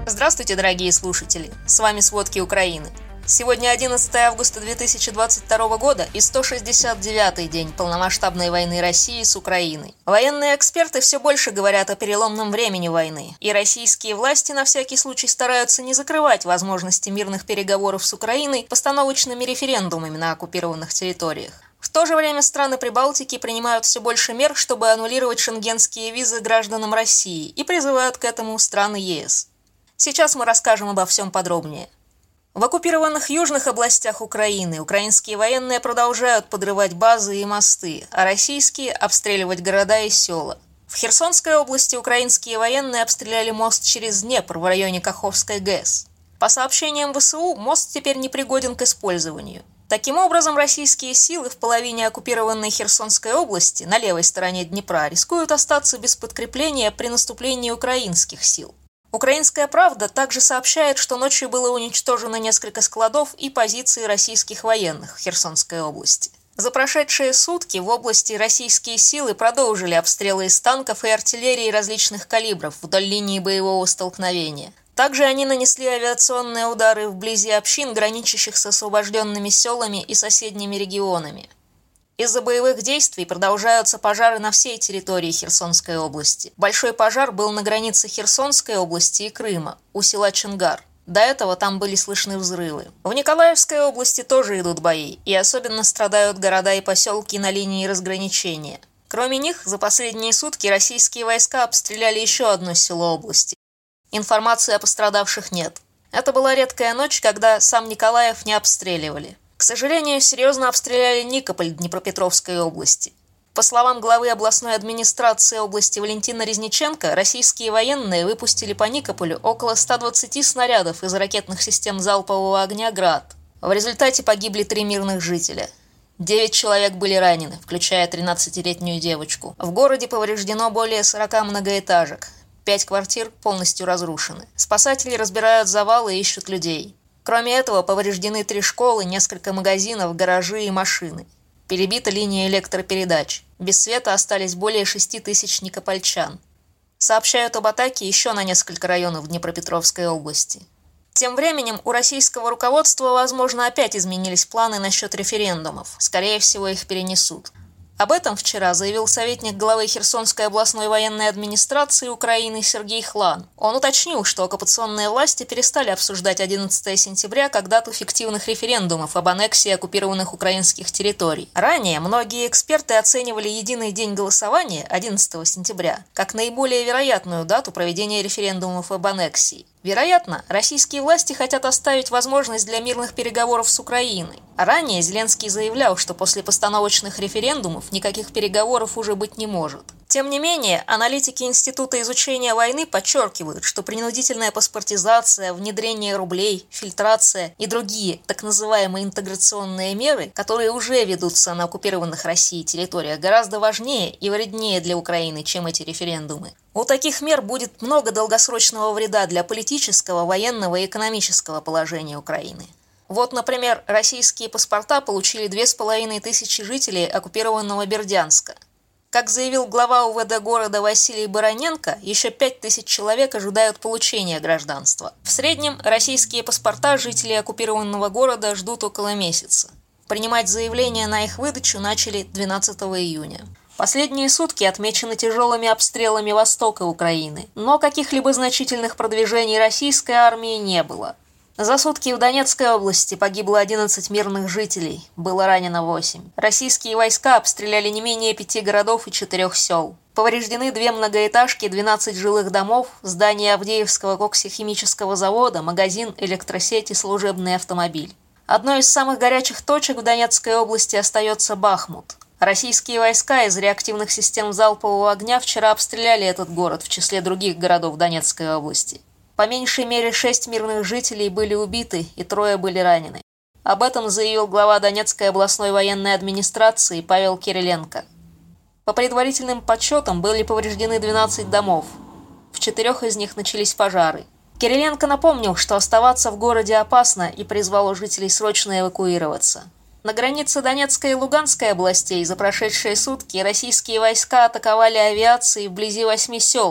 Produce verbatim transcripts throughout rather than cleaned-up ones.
Здравствуйте, дорогие слушатели! С вами «Сводки Украины». Сегодня одиннадцатое августа две тысячи двадцать второго года и сто шестьдесят девятый день полномасштабной войны России с Украиной. Военные эксперты все больше говорят о переломном времени войны, и российские власти на всякий случай стараются не закрывать возможности мирных переговоров с Украиной постановочными референдумами на оккупированных территориях. В то же время страны Прибалтики принимают все больше мер, чтобы аннулировать шенгенские визы гражданам России, и призывают к этому страны ЕС. Сейчас мы расскажем обо всем подробнее. В оккупированных южных областях Украины украинские военные продолжают подрывать базы и мосты, а российские – обстреливать города и села. В Херсонской области украинские военные обстреляли мост через Днепр в районе Каховской ГЭС. По сообщениям ВСУ, мост теперь непригоден к использованию. Таким образом, российские силы в половине оккупированной Херсонской области на левой стороне Днепра рискуют остаться без подкрепления при наступлении украинских сил. «Украинская правда» также сообщает, что ночью было уничтожено несколько складов и позиций российских военных в Херсонской области. За прошедшие сутки в области российские силы продолжили обстрелы из танков и артиллерии различных калибров вдоль линии боевого столкновения. Также они нанесли авиационные удары вблизи общин, граничащих с освобожденными селами и соседними регионами. Из-за боевых действий продолжаются пожары на всей территории Херсонской области. Большой пожар был на границе Херсонской области и Крыма, у села Чонгар. До этого там были слышны взрывы. В Николаевской области тоже идут бои, и особенно страдают города и поселки на линии разграничения. Кроме них, за последние сутки российские войска обстреляли еще одно село области. Информации о пострадавших нет. Это была редкая ночь, когда сам Николаев не обстреливали. К сожалению, серьезно обстреляли Никополь Днепропетровской области. По словам главы областной администрации области Валентина Резниченко, российские военные выпустили по Никополю около ста двадцати снарядов из ракетных систем залпового огня «Град». В результате погибли три мирных жителя. Девять человек были ранены, включая тринадцатилетнюю девочку. В городе повреждено более сорока многоэтажек. Пять квартир полностью разрушены. Спасатели разбирают завалы и ищут людей. Кроме этого, повреждены три школы, несколько магазинов, гаражи и машины. Перебита линия электропередач. Без света остались более шести тысяч никопольчан. Сообщают об атаке еще на несколько районов Днепропетровской области. Тем временем у российского руководства, возможно, опять изменились планы насчет референдумов. Скорее всего, их перенесут. Об этом вчера заявил советник главы Херсонской областной военной администрации Украины Сергей Хлан. Он уточнил, что оккупационные власти перестали обсуждать одиннадцатое сентября как дату фиктивных референдумов об аннексии оккупированных украинских территорий. Ранее многие эксперты оценивали единый день голосования, одиннадцатого сентября, как наиболее вероятную дату проведения референдумов об аннексии. Вероятно, российские власти хотят оставить возможность для мирных переговоров с Украиной. А ранее Зеленский заявлял, что после постановочных референдумов никаких переговоров уже быть не может. Тем не менее, аналитики Института изучения войны подчеркивают, что принудительная паспортизация, внедрение рублей, фильтрация и другие так называемые интеграционные меры, которые уже ведутся на оккупированных Россией территориях, гораздо важнее и вреднее для Украины, чем эти референдумы. У таких мер будет много долгосрочного вреда для политического, военного и экономического положения Украины. Вот, например, российские паспорта получили две с половиной тысячи жителей оккупированного Бердянска. Как заявил глава УВД города Василий Бароненко, еще пять тысяч человек ожидают получения гражданства. В среднем российские паспорта жители оккупированного города ждут около месяца. Принимать заявления на их выдачу начали двенадцатого июня. Последние сутки отмечены тяжелыми обстрелами востока Украины, но каких-либо значительных продвижений российской армии не было. За сутки в Донецкой области погибло одиннадцать мирных жителей, было ранено восемь. Российские войска обстреляли не менее пяти городов и четырех сел. Повреждены две многоэтажки, двенадцать жилых домов, здание Авдеевского коксохимического завода, магазин, электросеть и служебный автомобиль. Одной из самых горячих точек в Донецкой области остается Бахмут. Российские войска из реактивных систем залпового огня вчера обстреляли этот город в числе других городов Донецкой области. По меньшей мере шесть мирных жителей были убиты и трое были ранены. Об этом заявил глава Донецкой областной военной администрации Павел Кириленко. По предварительным подсчетам были повреждены двенадцать домов. В четырех из них начались пожары. Кириленко напомнил, что оставаться в городе опасно и призвал у жителей срочно эвакуироваться. На границе Донецкой и Луганской областей за прошедшие сутки российские войска атаковали авиацией вблизи восьми сел.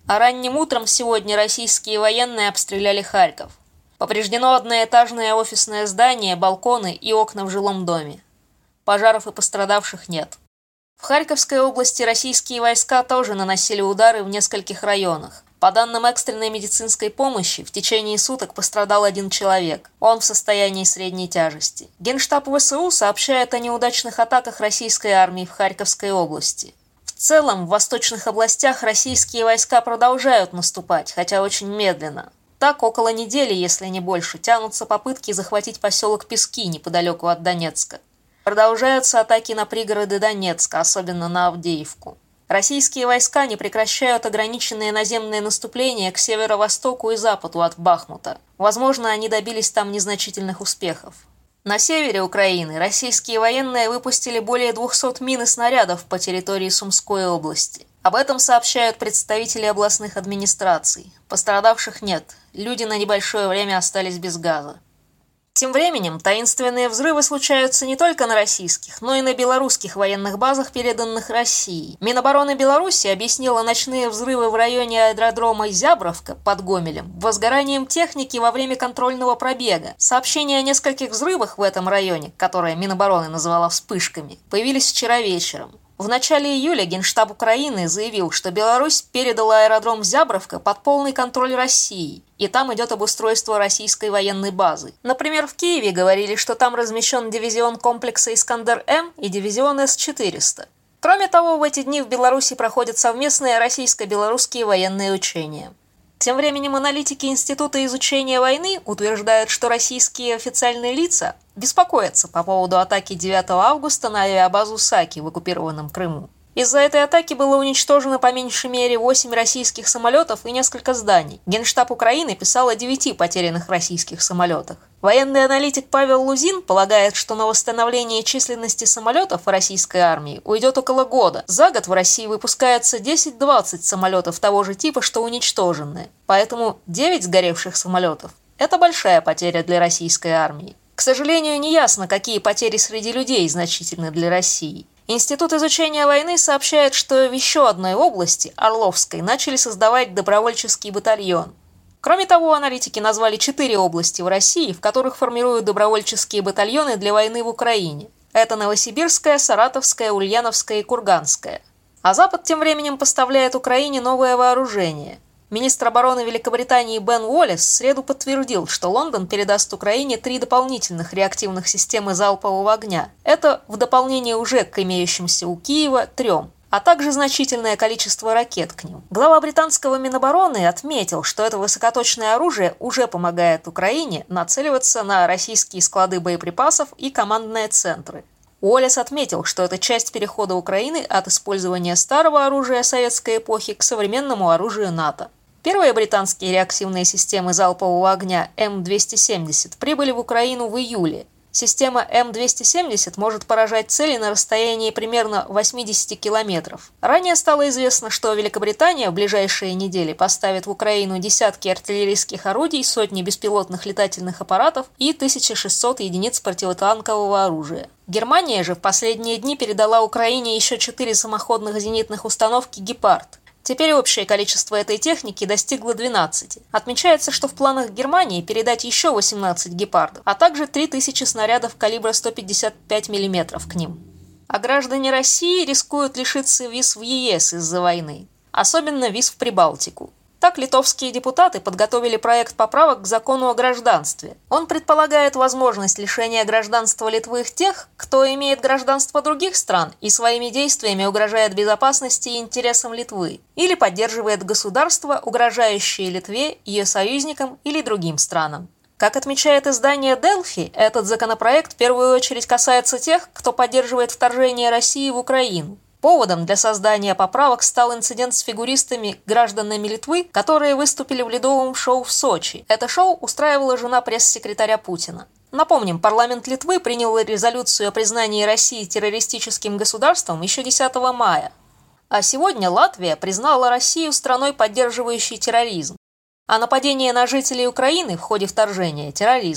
А ранним утром сегодня российские военные обстреляли Харьков. Повреждено одноэтажное офисное здание, балконы и окна в жилом доме. Пожаров и пострадавших нет. В Харьковской области российские войска тоже наносили удары в нескольких районах. По данным экстренной медицинской помощи, в течение суток пострадал один человек. Он в состоянии средней тяжести. Генштаб ВСУ сообщает о неудачных атаках российской армии в Харьковской области. В целом, в восточных областях российские войска продолжают наступать, хотя очень медленно. Так, около недели, если не больше, тянутся попытки захватить поселок Пески неподалеку от Донецка. Продолжаются атаки на пригороды Донецка, особенно на Авдеевку. Российские войска не прекращают ограниченные наземные наступления к северо-востоку и западу от Бахмута. Возможно, они добились там незначительных успехов. На севере Украины российские военные выпустили более двухсот мин и снарядов по территории Сумской области. Об этом сообщают представители областных администраций. Пострадавших нет, люди на небольшое время остались без газа. Тем временем таинственные взрывы случаются не только на российских, но и на белорусских военных базах, переданных России. Минобороны Беларуси объяснила ночные взрывы в районе аэродрома Зябровка под Гомелем возгоранием техники во время контрольного пробега. Сообщения о нескольких взрывах в этом районе, которые Минобороны назвала вспышками, появились вчера вечером. В начале июля Генштаб Украины заявил, что Беларусь передала аэродром Зябровка под полный контроль России, и там идет обустройство российской военной базы. Например, в Киеве говорили, что там размещен дивизион комплекса «Искандер-М» и дивизион С четыреста. Кроме того, в эти дни в Беларуси проходят совместные российско-белорусские военные учения. Тем временем аналитики Института изучения войны утверждают, что российские официальные лица беспокоятся по поводу атаки девятого августа на авиабазу Саки в оккупированном Крыму. Из-за этой атаки было уничтожено по меньшей мере восемь российских самолетов и несколько зданий. Генштаб Украины писал о девяти потерянных российских самолетах. Военный аналитик Павел Лузин полагает, что на восстановление численности самолетов российской армии уйдет около года. За год в России выпускается десять-двадцать самолетов того же типа, что уничтоженные. Поэтому девять сгоревших самолетов – это большая потеря для российской армии. К сожалению, неясно, какие потери среди людей значительны для России. Институт изучения войны сообщает, что в еще одной области, Орловской, начали создавать добровольческий батальон. Кроме того, аналитики назвали четыре области в России, в которых формируют добровольческие батальоны для войны в Украине. Это Новосибирская, Саратовская, Ульяновская и Курганская. А Запад тем временем поставляет Украине новое вооружение. Министр обороны Великобритании Бен Уоллес в среду подтвердил, что Лондон передаст Украине три дополнительных реактивных системы залпового огня. Это в дополнение уже к имеющимся у Киева трем, а также значительное количество ракет к ним. Глава британского Минобороны отметил, что это высокоточное оружие уже помогает Украине нацеливаться на российские склады боеприпасов и командные центры. Уоллес отметил, что это часть перехода Украины от использования старого оружия советской эпохи к современному оружию НАТО. Первые британские реактивные системы залпового огня М двести семьдесят прибыли в Украину в июле. Система М двести семьдесят может поражать цели на расстоянии примерно восемьдесят километров. Ранее стало известно, что Великобритания в ближайшие недели поставит в Украину десятки артиллерийских орудий, сотни беспилотных летательных аппаратов и тысяча шестьсот единиц противотанкового оружия. Германия же в последние дни передала Украине еще четыре самоходных зенитных установки «Гепард». Теперь общее количество этой техники достигло двенадцати. Отмечается, что в планах Германии передать еще восемнадцать «Гепардов», а также три тысячи снарядов калибра сто пятьдесят пять миллиметров к ним. А граждане России рискуют лишиться виз в ЕС из-за войны, особенно виз в Прибалтику. Так, литовские депутаты подготовили проект поправок к закону о гражданстве. Он предполагает возможность лишения гражданства Литвы тех, кто имеет гражданство других стран и своими действиями угрожает безопасности и интересам Литвы, или поддерживает государство, угрожающее Литве, ее союзникам или другим странам. Как отмечает издание Delphi, этот законопроект в первую очередь касается тех, кто поддерживает вторжение России в Украину. Поводом для создания поправок стал инцидент с фигуристами, гражданами Литвы, которые выступили в ледовом шоу в Сочи. Это шоу устраивала жена пресс-секретаря Путина. Напомним, парламент Литвы принял резолюцию о признании России террористическим государством еще десятого мая. А сегодня Латвия признала Россию страной, поддерживающей терроризм. А нападение на жителей Украины в ходе вторжения – терроризмом.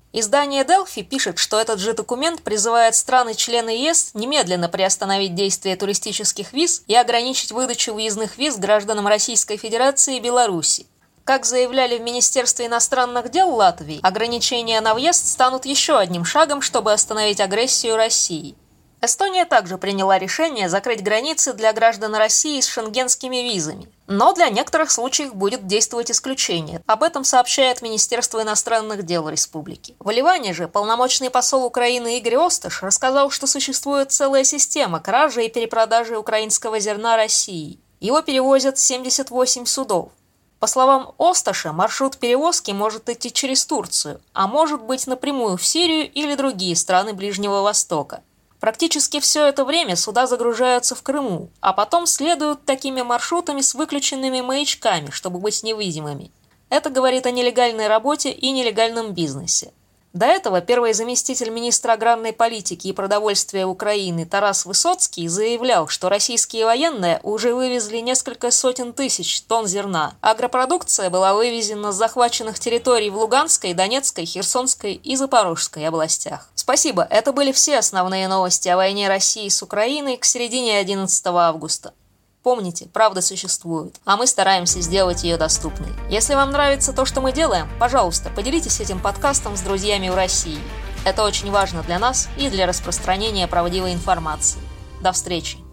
Издание Delphi пишет, что этот же документ призывает страны-члены ЕС немедленно приостановить действие туристических виз и ограничить выдачу въездных виз гражданам Российской Федерации и Беларуси. Как заявляли в Министерстве иностранных дел Латвии, ограничения на въезд станут еще одним шагом, чтобы остановить агрессию России. Эстония также приняла решение закрыть границы для граждан России с шенгенскими визами. Но для некоторых случаев будет действовать исключение. Об этом сообщает Министерство иностранных дел республики. В Ливане же полномочный посол Украины Игорь Осташ рассказал, что существует целая система кражи и перепродажи украинского зерна России. Его перевозят семьдесят восемь судов. По словам Осташа, маршрут перевозки может идти через Турцию, а может быть напрямую в Сирию или другие страны Ближнего Востока. Практически все это время суда загружаются в Крыму, а потом следуют такими маршрутами с выключенными маячками, чтобы быть невидимыми. Это говорит о нелегальной работе и нелегальном бизнесе. До этого первый заместитель министра аграрной политики и продовольствия Украины Тарас Высоцкий заявлял, что российские военные уже вывезли несколько сотен тысяч тонн зерна. Агропродукция была вывезена с захваченных территорий в Луганской, Донецкой, Херсонской и Запорожской областях. Спасибо, это были все основные новости о войне России с Украиной к середине одиннадцатого августа. Помните, правда существует, а мы стараемся сделать ее доступной. Если вам нравится то, что мы делаем, пожалуйста, поделитесь этим подкастом с друзьями в России. Это очень важно для нас и для распространения правдивой информации. До встречи!